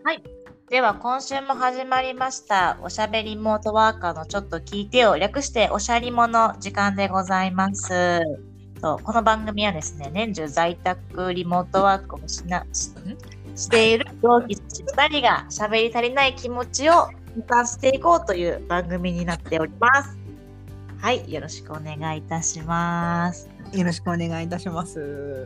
はい。では、今週も始まりました。おしゃべりリモートワーカーのちょっと聞いてよ。略して、おしゃりもの時間でございます。この番組はですね、年中在宅リモートワークをしている同期2人がしゃべり足りない気持ちを満たしていこうという番組になっております。はい。よろしくお願いいたします。 よろしくお願いいたします。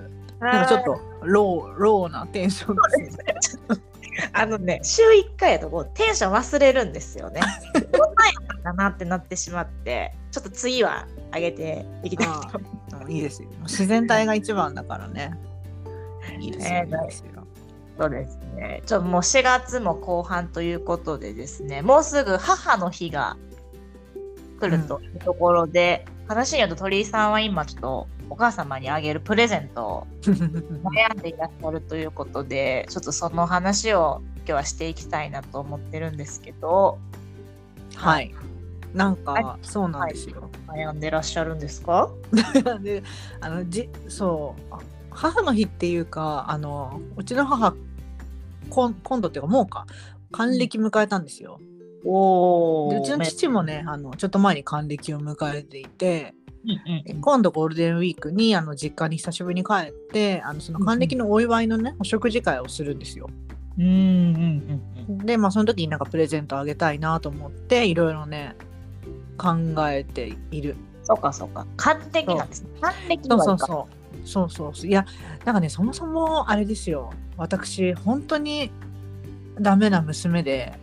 なんかちょっとローなテンションですね。 週1回やとこうテンション忘れるんですよね。どんなんだなってなってしまって、ちょっと次は上げていきたいと思います。 いいですよ。自然体が一番だからね。いいですよ。 そうですね。もう4月も後半ということでですね、もうすぐ母の日が来るというところで、話によると鳥居さんは今ちょっとお母様にあげるプレゼントを悩んでいらっしゃるということで、ちょっとその話を今日はしていきたいなと思ってるんですけど。 はい。なんかそうなんですよ。 悩んでらっしゃるんですか？ で、そう母の日っていうかうちの母今度っていうかもう還暦迎えたんですよ。でうちの父もねちょっと前に還暦を迎えていて、今度ゴールデンウィークに実家に久しぶりに帰ってその還暦のお祝いのね、お食事会をするんですよ。でその時になんかプレゼントあげたいなと思っていろいろね考えている。 そうか還暦なんですね。還暦はそういやなんかね、そもそもあれですよ、私本当にダメな娘で、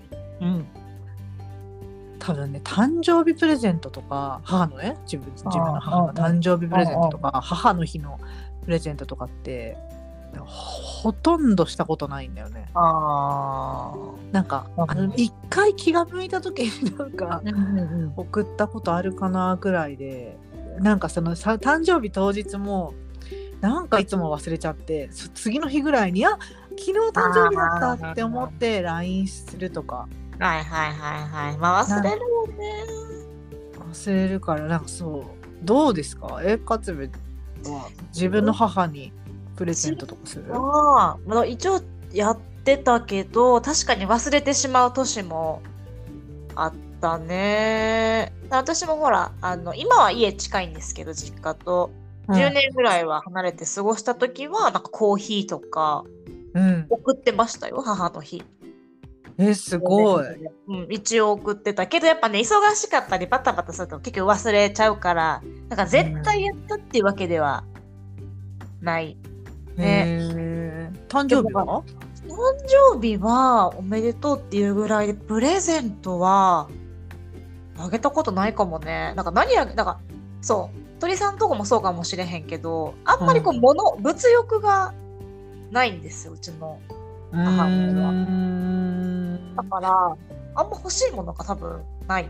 多分ね、誕生日プレゼントとか母のね自分の母の誕生日プレゼントとか母の日のプレゼントとかってほとんどしたことないんだよね。なんか一回気が向いた時になんか送ったことあるかなぐらいで、なんかその誕生日当日もなんかいつも忘れちゃって、次の日ぐらいに昨日誕生日だったって思って LINE するとか。 忘れるよね。 忘れるから、なんかそうどうですか？勝部は自分の母にプレゼントとかする？ 一応やってたけど、確かに忘れてしまう年もあったね。私もほら今は家近いんですけど、実家と10年ぐらいは離れて過ごした時はなんかコーヒーとか送ってましたよ、母の日。 すごい。 一応送ってたけど、やっぱね、忙しかったりバタバタすると結局忘れちゃうから、なんか絶対やったっていうわけではないね。 誕生日は？ 誕生日はおめでとうっていうぐらいで、プレゼントはあげたことないかもね。なんかそう鳥さんとこもそうかもしれへんけど、あんまり物欲がないんですよ、うちの母親は。だからあんま欲しいものが多分ない。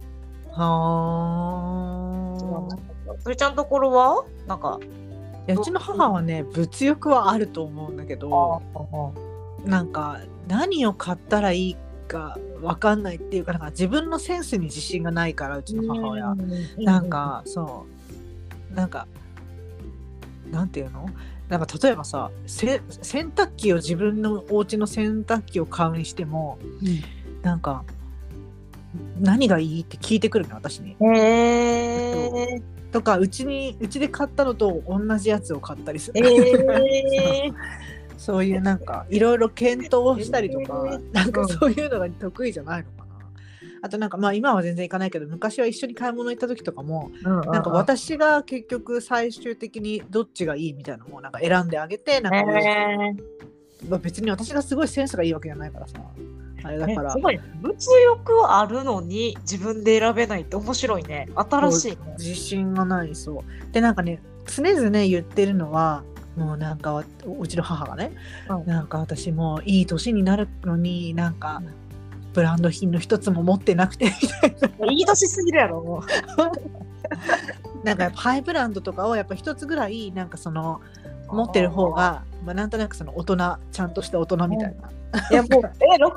鳥ちゃんのところはなんか？ うちの母はね、物欲はあると思うんだけど、なんか何を買ったらいいか分かんないっていうか、なんか自分のセンスに自信がないから、うちの母親なんかなんかなんていうの、なんか例えばさ、洗濯機を自分のお家の洗濯機を買うにしても、なんか何がいいって聞いてくるの、私に。とかうちで買ったのと同じやつを買ったりする。そういうなんかいろいろ検討したりとか、なんかそういうのが得意じゃないのかな。あとなんか今は全然行かないけど、昔は一緒に買い物行った時とかも、なんか私が結局最終的にどっちがいいみたいなのをなんか選んであげて、なんか別に私がすごいセンスがいいわけじゃないからさ、あれだから。 すごい物欲はあるのに自分で選べないって面白いね。新しいね。 自信がない。そうで、なんかね、常々言ってるのは、もうなんかうちの母がね、なんか私もいい年になるのになんかブランド品の一つも持ってなくてみたいな。 いい年すぎるやろもう。 なんかやっぱハイブランドとかをやっぱ一つぐらいなんかその持ってる方がなんとなくその大人、ちゃんとした大人みたいな。 いやもう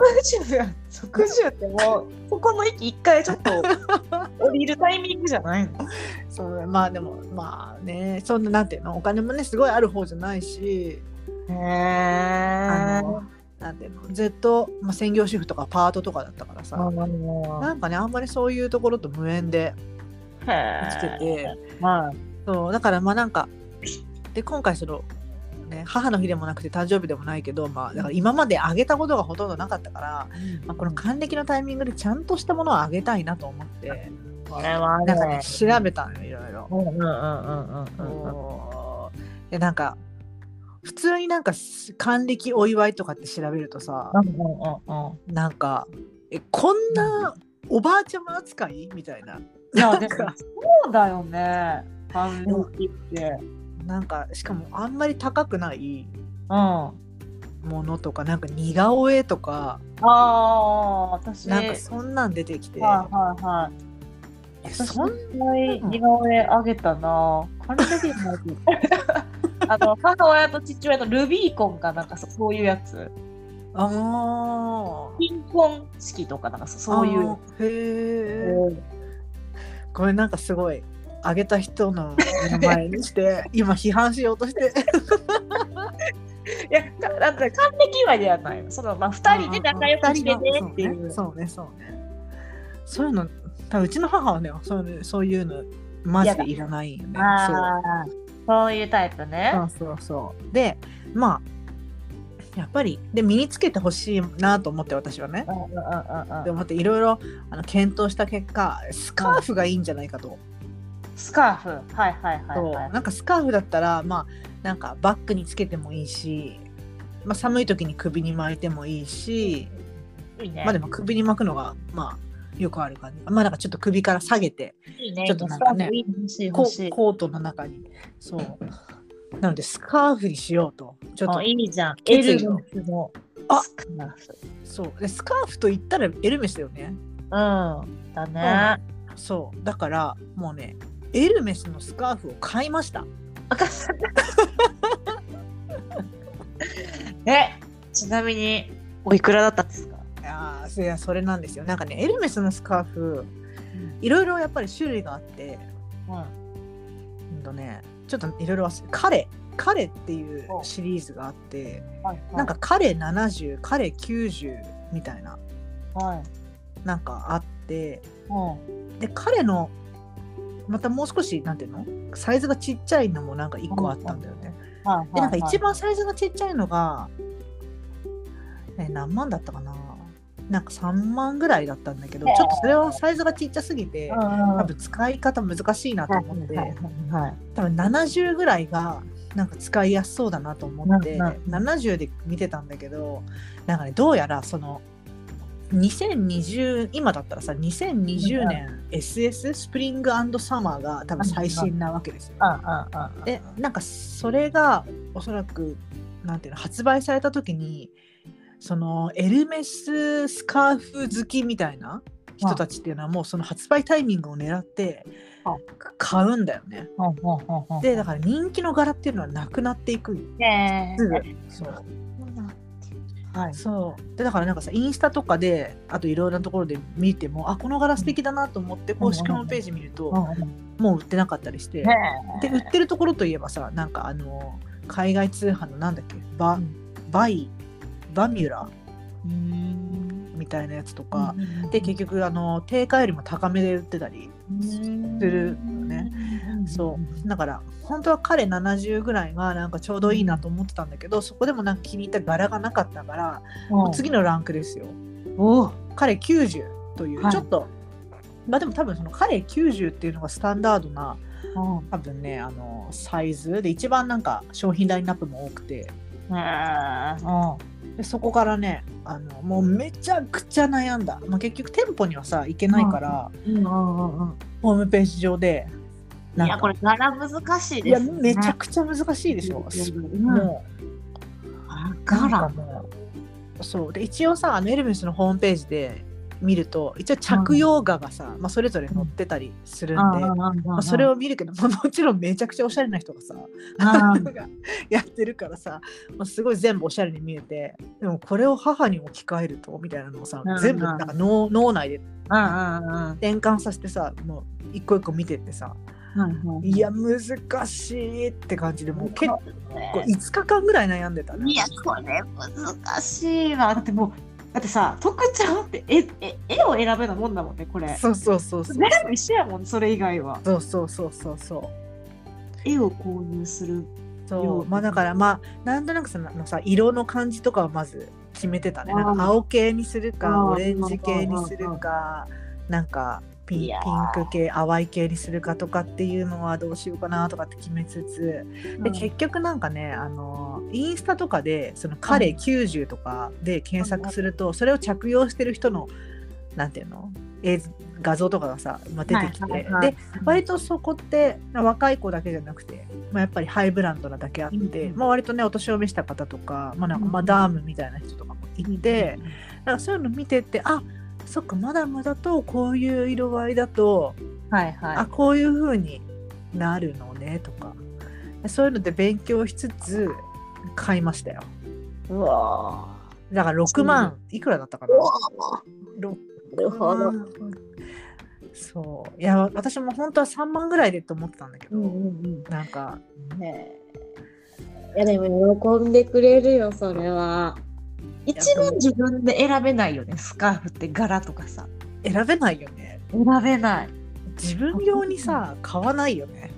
60ってもうここの息一回ちょっと降りるタイミングじゃないの？ そうでもね、そんななんていうの、お金もねすごいある方じゃないし、 なんていうのずっと、専業主婦とかパートとかだったからさ、なんかねあんまりそういうところと無縁で生きてて、そうだからなんかで今回そのね、母の日でもなくて誕生日でもないけど、だから今まであげたことがほとんどなかったから、この還暦のタイミングでちゃんとしたものをあげたいなと思って、 これはね、 なんかね調べたのよいろいろ。でなんか普通になんか還暦お祝いとかって調べるとさ、なんかこんなおばあちゃま扱いみたいな。 いやでもそうだよね、還暦って。 なんかしかもあんまり高くないものとか、なんか似顔絵とか、 私なんかそんなん出てきて、 私そんなに似顔絵あげたな。還暦になる母親と父親のルビーコンかなんかそういうやつ。金婚式とかなんかそういう。 へえ。これなんかすごいあげた人の名前にして今批判しようとして。 いやだって還暦祝いではないの。その2人で仲良くしてねっていう。 そうね。そういうの多分うちの母はねそういうのマジでいらないよね。 そういうタイプね。 そうでやっぱりで身につけてほしいなと思って私はね。で思っていろいろ検討した結果スカーフがいいんじゃないかと。 スカーフなんかスカーフだったらなんかバッグにつけてもいいし、寒い時に首に巻いてもいいし、 いいね、 でも首に巻くのがよくある感じ。なんかちょっと首から下げて、 いいね、 ちょっとなんかねコートの中になのでスカーフにしようと。ちょっといいじゃん。エルメスのスカーフ。 そうでスカーフと言ったらエルメスだよね。 だね。 そうだからもうねエルメスのスカーフを買いました。 ちなみにおいくらだったんですか？ いやそれなんですよ。なんかねエルメスのスカーフいろいろやっぱり種類があって、ちょっといろいろカレっていうシリーズがあって、なんかカレ70カレ90みたいな、なんかあって、でカレのまたもう少しなんていうのサイズがちっちゃいのもなんか1個あったんだよね。でなんか一番サイズがちっちゃいのが、何万だったかな、なんか3万ぐらいだったんだけど、ちょっとそれはサイズがちっちゃすぎて、多分使い方難しいなと思って、多分70ぐらいがなんか使いやすそうだなと思って、70で見てたんだけど、なんかねどうやらその今だったらさ2020年 SS スプリング&サマーが多分最新なわけですよ。でなんかそれがおそらくなんていうの発売された時にそのエルメススカーフ好きみたいな人たちっていうのはもうその発売タイミングを狙って買うんだよね。でだから人気の柄っていうのはなくなっていく。そうでだからなんかさインスタとかであといろいろなところで見てもこの柄素敵だなと思って公式ホームページ見るともう売ってなかったりして、で売ってるところといえばさなんか海外通販のなんだっけバミュラみたいなやつとかで結局定価よりも高めで売ってたりするのね。そうだから本当は彼70ぐらいがなんかちょうどいいなと思ってたんだけど、そこでもなんか気に入った柄がなかったから、もう次のランクですよ。彼90という、ちょっとでも多分その彼90っていうのがスタンダードな多分ねサイズで一番なんか商品ラインナップも多くて、でそこからねもうめちゃくちゃ悩んだ。結局店舗にはさ行けないから、ホームページ上でいやこれ柄難しいですね。 いやめちゃくちゃ難しいでしょ。もう柄そうで一応さエルメスのホームページで見ると一応着用画がさ、それぞれ載ってたりするんで、それを見るけど、もちろんめちゃくちゃおしゃれな人がさやってるからさ、すごい全部おしゃれに見えて、でもこれを母に置き換えるとみたいなのをさ、全部なんか脳内で転換させてさ、もう一個一個見てってさ、 いや難しいって感じでもう結構5日間ぐらい悩んでたね。 いやこれ難しいわ。だってもうだってさ特徴って絵を選べなもんだもんねこれ。 そう全部一緒やもんそれ以外は。 そう絵を購入する。 そうまあだからまあなんとなくそのさ色の感じとかはまず決めてたね。なんか青系にするかオレンジ系にするかなんかピンク系淡い系にするかとかっていうのはどうしようかなとかって決めつつで結局なんかねインスタとかでその彼90とかで検索するとそれを着用してる人のなんていうの画像とかがさ、出てきて、で割とそこって若い子だけじゃなくて、やっぱりハイブランドなだけあって、割とねお年を召した方とか、なんかマダームみたいな人とかもいて、なんかそういうの見ててあそっかマダムだとこういう色合いだと、あこういう風になるのねとかそういうので勉強しつつ買いましたよ。 うわだから6万いくらだったかな。なるほど。そういや私も本当は3万ぐらいでと思ってたんだけど、なんかねいやでも喜んでくれるよそれは。一番自分で選べないよねスカーフって柄とかさ選べないよね。 選べない。 自分用にさ買わないよね。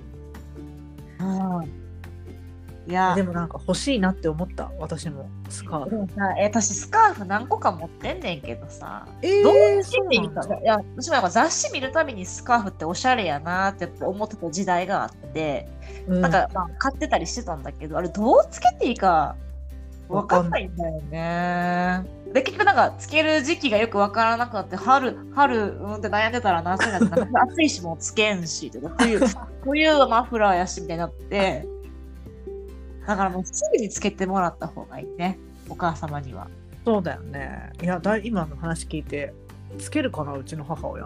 いやでもなんか欲しいなって思った私もスカーフ。 私スカーフ何個か持ってんねんけどさ、どうつけていいか。いや私も雑誌見るたびにスカーフっておしゃれやなって思ってた時代があって、なんか、買ってたりしてたんだけどあれどうつけていいか分かんないんだよね。で結局なんかつける時期がよく分からなくなって春って悩んでたら夏になって暑いしもうつけんし冬はマフラーやしみたいになって。だからもうすぐにつけてもらった方がいいねお母様には。 そうだよね。いや今の話聞いてつけるかなうちの母親。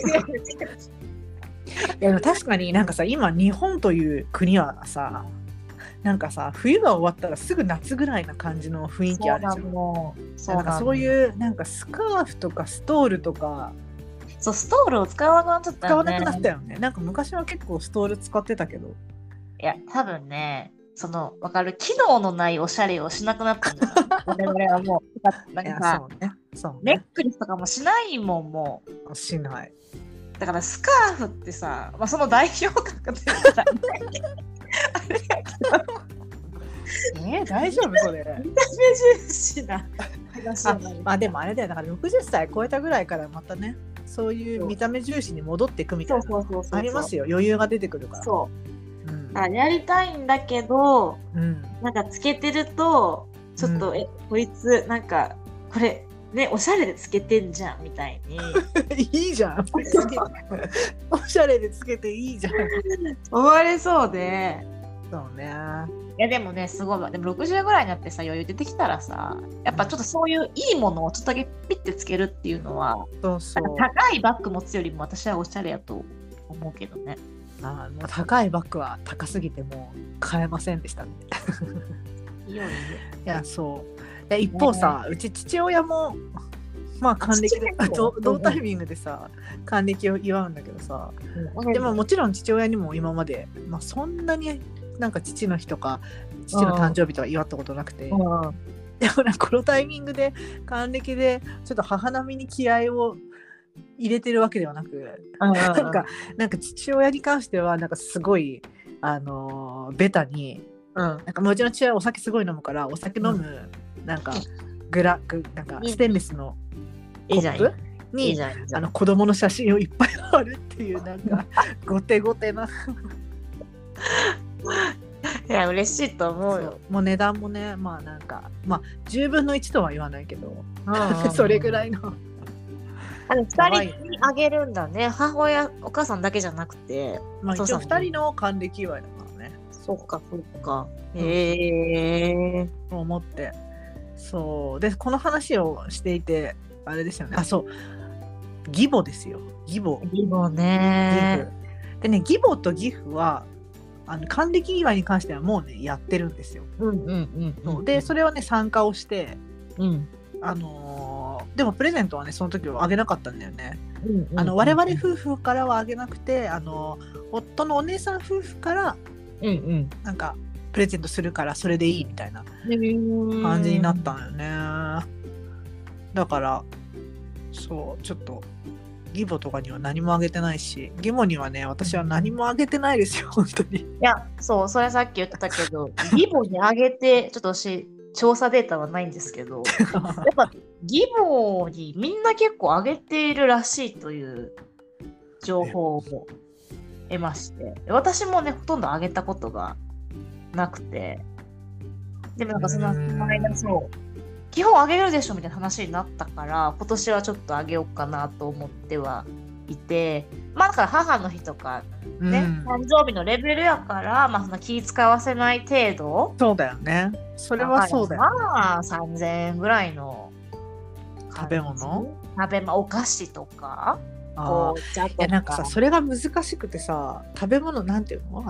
いや確かになんかさ今日本という国はさなんかさ冬が終わったらすぐ夏ぐらいな感じの雰囲気あるじゃん。なんかそういうなんかスカーフとかストールとかストールを使わなくなっちゃったよね。 使わなくなったよね。なんか昔は結構ストール使ってたけどいや多分ね分かる機能のないおしゃれをしなくなったんだよ。我々はもうなんかさそうね、ネックレスとかもしないもんもうしない。 だからスカーフってさ、その代表格って言ったら大丈夫それ。 見た目重視な話。でもあれだよだから60歳超えたぐらいからまたねそういう見た目重視に戻っていくみたいなありますよ。余裕が出てくるから。 やりたいんだけど、なんかつけてるとちょっと、こいつなんかこれねおしゃれでつけてんじゃんみたいにいいじゃんおしゃれでつけていいじゃん思われそうで。 そうね。 いやでもねすごいでも60ぐらいになってさ余裕出てきたらさやっぱちょっとそういういいものをちょっとだけピッてつけるっていうのは高いバッグ持つよりも私はおしゃれやと思うけどね。 もう高いバッグは高すぎてもう買えませんでしたね。いやそう一方さ、うち父親も還暦で同タイミングでさ還暦を祝うんだけどさ、でももちろん父親にも今まで、そんなになんか父の日とか父の誕生日とか祝ったことなくて、でもこのタイミングで還暦でちょっと母並みに気合を入れてるわけではなく、なんか父親に関してはなんかすごいベタに、なんかもちろん父親お酒すごい飲むからお酒飲む、なんかなんかステンレスのコップに子供の写真をいっぱい貼るっていうなんかゴテゴテな。 いや嬉しいと思うよ。 もう値段もねなんか10分の1とは言わないけどそれぐらいの。 2人にあげるんだね。母親お母さんだけじゃなくて、 一応2人の還暦祝いだからね。 そっかへえと思って。そうでこの話をしていてあれですよね。義母ですよ。義母ね。 でね義母と義父は還暦祝いに関してはもうねやってるんですよ。でそれはね参加をして、 でもプレゼントはねその時はあげなかったんだよね。我々夫婦からはあげなくて夫のお姉さん夫婦からなんかプレゼントするからそれでいいみたいな感じになったんよね。だからそうちょっと義母とかには何もあげてないし、義母にはね私は何もあげてないですよ本当に。 いや、そう、それさっき言ってたけど、義母にあげて、ちょっと私、調査データはないんですけど、やっぱ義母にみんな結構あげているらしいという情報を得まして、私もね、ほとんどあげたことがなくて、でもなんかその間そう基本あげるでしょみたいな話になったから、今年はちょっとあげようかなと思ってはいて、まあだから母の日とかね、誕生日のレベルやから、まあそんな気使わせない程度。 そうだよね。それはそうだよね。 まあ3000円ぐらいの食べ物？ お菓子とか、 紅茶とか。なんかさ、それが難しくてさ、食べ物なんていうの？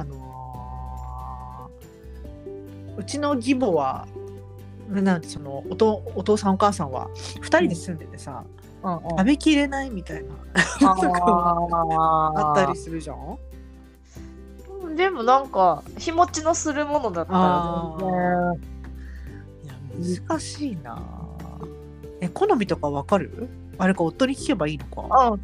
うちの義母はなんてそのお父さんお母さんは2人で住んでてさ、食べきれないみたいなあったりするじゃん。 でもなんか日持ちのするものだったら全然いや難しいな。好みとかわかる？あれか夫に聞けばいいのか。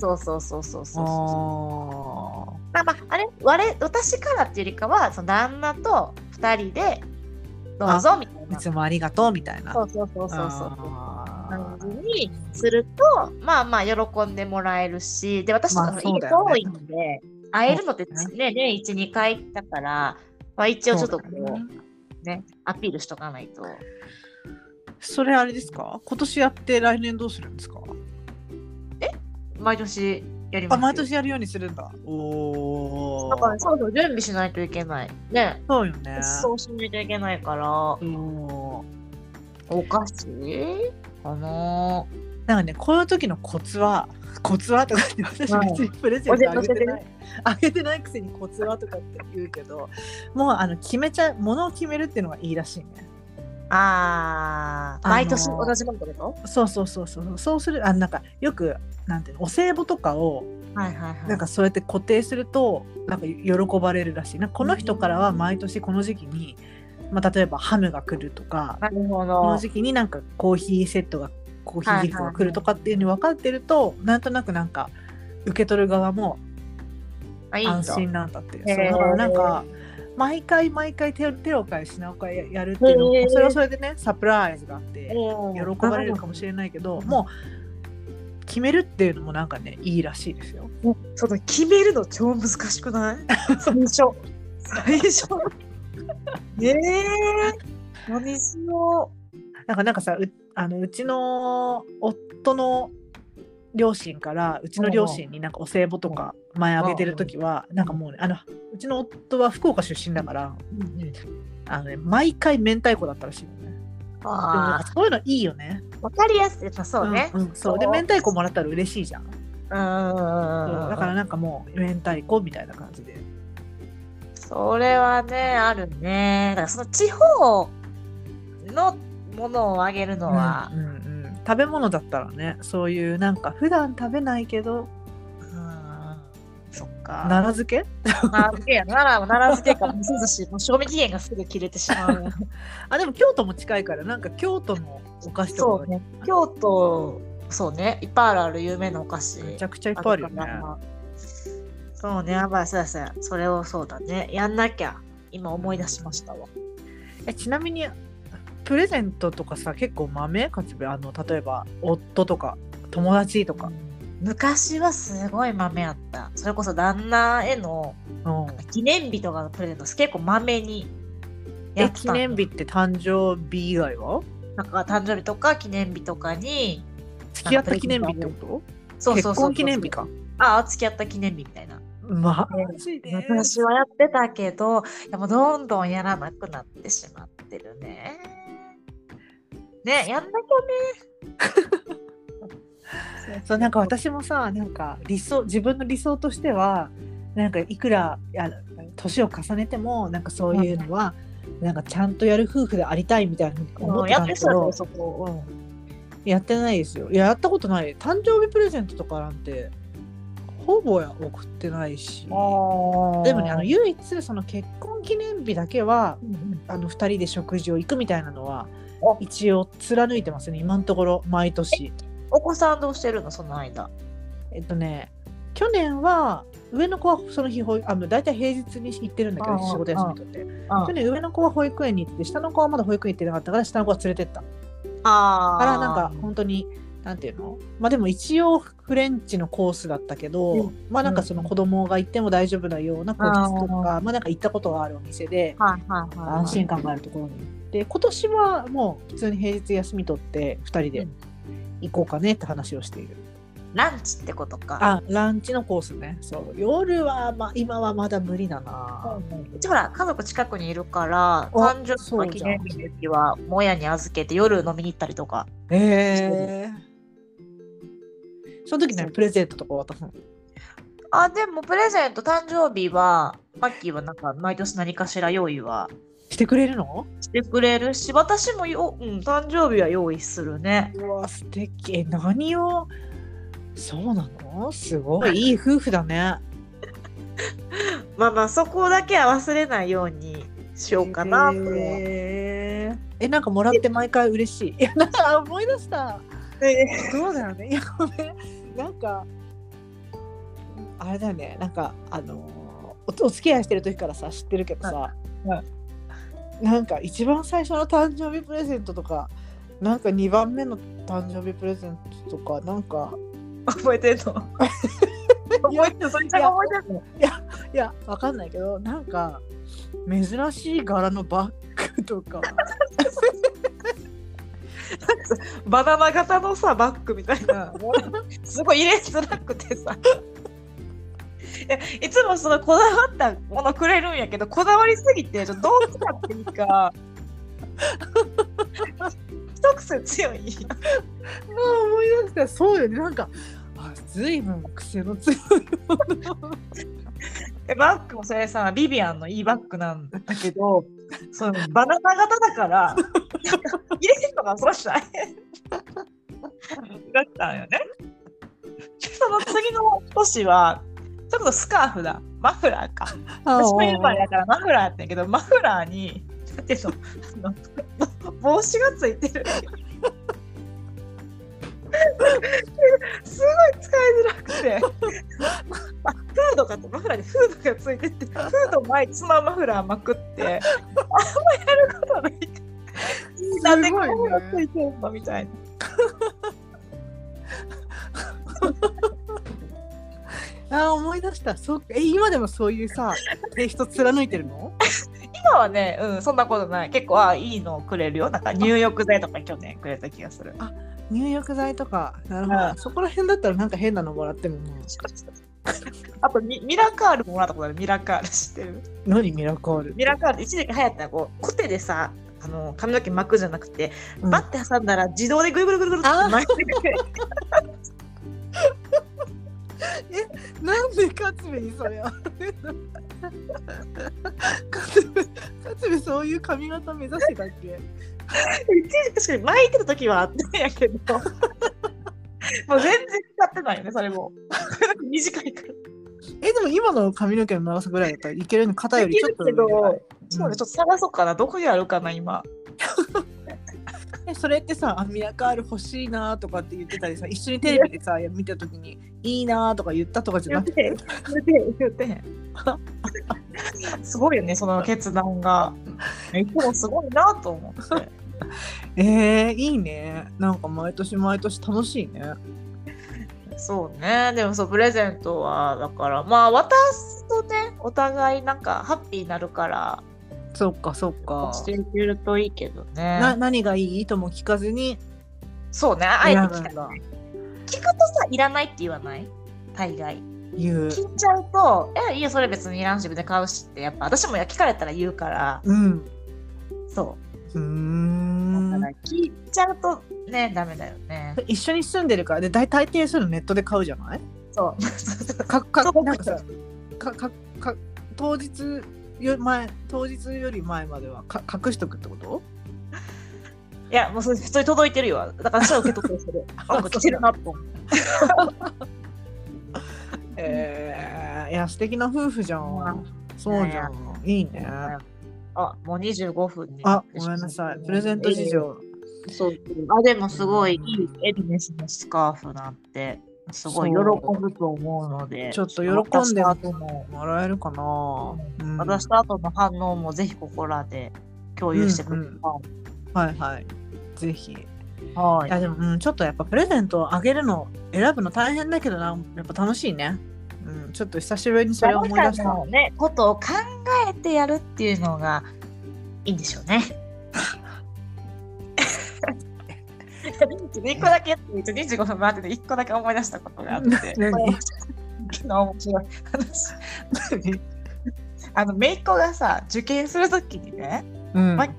そうあれ私からっていうよりかはその旦那と2人でどうぞみたいな。 いつもありがとうみたいな。 そう感じにするとまあ喜んでもらえるし、で私とか家遠いんで、会えるのってね年 1,2 回だから、まあ、一応ちょっとこうねアピールしとかないと。 それあれですか？今年やって来年どうするんですか？ 毎年やりますよ。 毎年やるようにするんだ。 だからそう準備しないといけないね。 そうよね。 そうしないといけないから。お菓子かな。 なんかねこういう時のコツはとかって私別にプレゼントあげてないくせにコツはとかって言うけど、もう物を決めるっていうのがいいらしいね。 毎年同じものってこと？ そうするなんかよくなんていうのお歳暮とかをなんかそうやって固定するとなんか喜ばれるらしい。なんかこの人からは毎年この時期に、例えばハムが来るとか、この時期になんかコーヒーギフトが来るとかっていうのに分かってると、なんとなくなんか受け取る側も安心なんだっていう。だからなんか毎回手を変え品を変えやるっていうのもそれはそれでねサプライズがあって喜ばれるかもしれないけど、もう決めるっていうのもなんかねいいらしいですよ。 その決めるの超難しくない？最初何しよう。なんかさうちの夫の両親からうちの両親になんかお歳暮とか前あげてる時はなんかもうねうちの夫は福岡出身だから毎回明太子だったらしいのね。でもなんかそういうのいいよね。 わかりやすい。そうね。 そうで明太子もらったら嬉しいじゃん。だからなんかもう明太子みたいな感じで。 それはねあるね。だからその地方のものをあげるのは、 食べ物だったらねそういうなんか普段食べないけど、 そっか奈良漬け奈良漬けかみそ寿司もう賞味期限がすぐ切れてしまう。 でも京都も近いからなんか京都のお菓子とか、 ね、京都そうねいっぱいある有名なお菓子めちゃくちゃいっぱいあるよね。 そうねそれをそうだねやんなきゃ今思い出しましたわ。 ちなみにプレゼントとかさ結構豆かつべ例えば夫とか友達とか、 昔はすごい豆あった。それこそ旦那への記念日とかのプレゼント結構豆にやった。 記念日って誕生日以外は？ なんか誕生日とか記念日とかに付き合った記念日ってこと？結婚記念日か。 付き合った記念日みたいな。 マジで私はやってたけどもうどんどんやらなくなってしまってるね。やんなきゃね。 そうなんか私もさなんか自分の理想としてはなんかいくら年を重ねてもなんかそういうのは、なんかちゃんとやる夫婦でありたいみたいなふうに思ってたんだけど、 やってないですよ。いや、やったことない。誕生日プレゼントとかなんてほぼ送ってないし。でもね、唯一その結婚記念日だけは、2人で食事を行くみたいなのは一応貫いてますね、今のところ。毎年。 お子さんどうしてるのその間？ 去年は上の子はその日だいたい平日に行ってるんだけど、仕事休みとって。去年上の子は保育園に行って、下の子はまだ保育園行ってなかったから、下の子は連れてった。からなんか本当になんていうの、まあでも一応フレンチのコースだったけど、まあなんかその子供が行っても大丈夫なような個室とか、まあなんか行ったことがあるお店で、安心感があるところに行って、今年はもう普通に平日休み取って2人で行こうかねって話をしている。 ランチってことか。 ランチのコースね。そう。夜は今はまだ無理だな。 うちほら家族近くにいるから、誕生日の記念日の時はもやに預けて夜飲みに行ったりとか。 その時にプレゼントとか渡すの？ でもプレゼント、誕生日はマッキーはなんか毎年何かしら用意はしてくれるの？ してくれるし、私も誕生日は用意するね。 うわ素敵。何を？そうなの？すごいいい夫婦だね。 まあそこだけは忘れないようにしようかなと。 なんかもらって毎回嬉しい。いやなんか思い出した。そうだよね。いやごめん。なんかあれだよね。なんかお付き合いしてる時からさ知ってるけどさ、なんか一番最初の誕生日プレゼントとか、なんか2番目の誕生日プレゼントとかなんか覚えてんの？覚えてる？それ覚えてんの？ いやわかんないけど、なんか珍しい柄のバッグとかバナナ型のさバッグみたいなすごい入れづらくてさいつもそのこだわったものくれるんやけど、こだわりすぎてどう使っていいか一癖強い。 思い出した。そうよね。なんか随分癖の強いものバッグもそれさビビアンのいいバッグなんだけど、そのバナナ型だから入れるのがそうしたいだったんよね。その次の年はちょっとスカーフだ、マフラーか。私も今だからマフラーやったんやけど、マフラーにだって帽子がついてるすごい使いづらくてフードかとマフラーにフードがついてて、フード前にそのマフラーまくってあんまやることないなんでこれがついてるのみたいな思い出した。今でもそういうさテイスト貫いてるの？ 今はね、そんなことない。結構いいのをくれるよ。なんか入浴剤とか去年くれた気がする。 入浴剤とか、なるほど。そこら辺だったらなんか変なのもらってもあとミラカールもらったことある。ミラカール知ってる？ 何ミラカール？ ミラカール一時期流行ったコテでさ、髪の毛巻くじゃなくて、バッて挟んだら自動でぐるぐるぐるぐるって巻いてくれる。 なんで勝部にそれは勝部そういう髪型目指してたっけ？ 確かに巻いてた時はあったんやけどもう全然使ってないよね。それも短いからでも今の髪の毛の長さぐらいだったらいけるの？肩よりちょっと上ぐらい。 ちょっと探そうかな。どこにあるかな今それってさ、ミラカール欲しいなとかって言ってたりさ、一緒にテレビでさ見た時にいいなとか言ったとかじゃなくて言ってすごいよね、その決断が。いつもすごいなと思っていいね。なんか毎年毎年楽しいね。 そうね。でもプレゼントはだから渡すとね、お互いなんかハッピーになるから、 そっかしていけるといいけどね。 何がいいとも聞かずに、 そうね、あえて聞くとさ、いらないって言わない？大概言う。 聞いちゃうと、いいよそれ別にいらんし別に買うしって、やっぱ私も聞かれたら言うから、そう。だから聞いちゃうとね、ダメだよね。 一緒に住んでるからで、大抵そういうのネットで買うじゃない？ そう。 なんかさ、当日より前までは隠しとくってこと？ いや、もうそれ普通に届いてるよ。だから私は受け取ってる。なんか来てるなと思って。 いや素敵な夫婦じゃん。そうじゃん。いいね。 あ、もう25分に。 あ、ごめんなさい。プレゼント事情。 そう。あ、でもすごいいいエルメスのスカーフなんて、すごい喜ぶと思うので。 ちょっと喜んでもらえるかな。 渡した後の反応もぜひここらで共有してください。はいはい。ぜひ。 はい。 いやでも、ちょっとやっぱプレゼントをあげるの選ぶの大変だけどな、やっぱ楽しいね。ちょっと久しぶりにそれを思い出した。 ね、ことを考えてやるっていうのがいいんでしょうね。1個だけ25分待ってて1個だけ思い出したことがあって昨日面白い話姪っ子がさ受験するときにね、お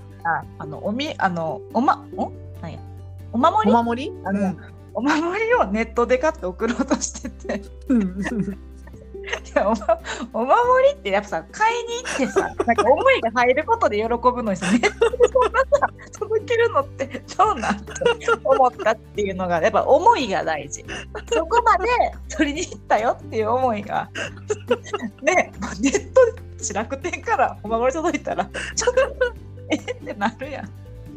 守りをネットで買って送ろうとしてていやお守りってやっぱさ買いに行ってさなんか思いが入ることで喜ぶのにさネットでそんなさ届けるのってどうなんて思ったっていうのがやっぱ思いが大事。そこまで取りに行ったよっていう思いがねネットで楽天からお守り届いたらちょっとってなるやん。い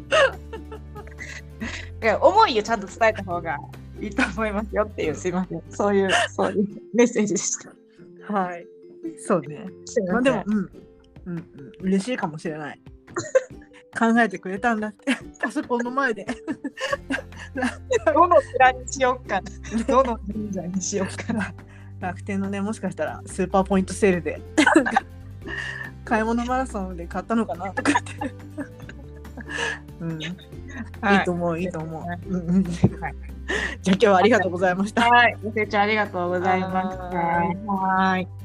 や思いをちゃんと伝えた方がいいと思いますよっていうすいませんそういうメッセージでした。 はい、そうね。まあでも、嬉しいかもしれない。考えてくれたんだって、パソコンの前で。 どのプランにしようかな。どの忍者にしようかな。 楽天のね、もしかしたらスーパーポイントセールで買い物マラソンで買ったのかなとかって。いいと思う、いいと思う。じゃあ今日はありがとうございました。 はい、ご清聴ありがとうございました。はい。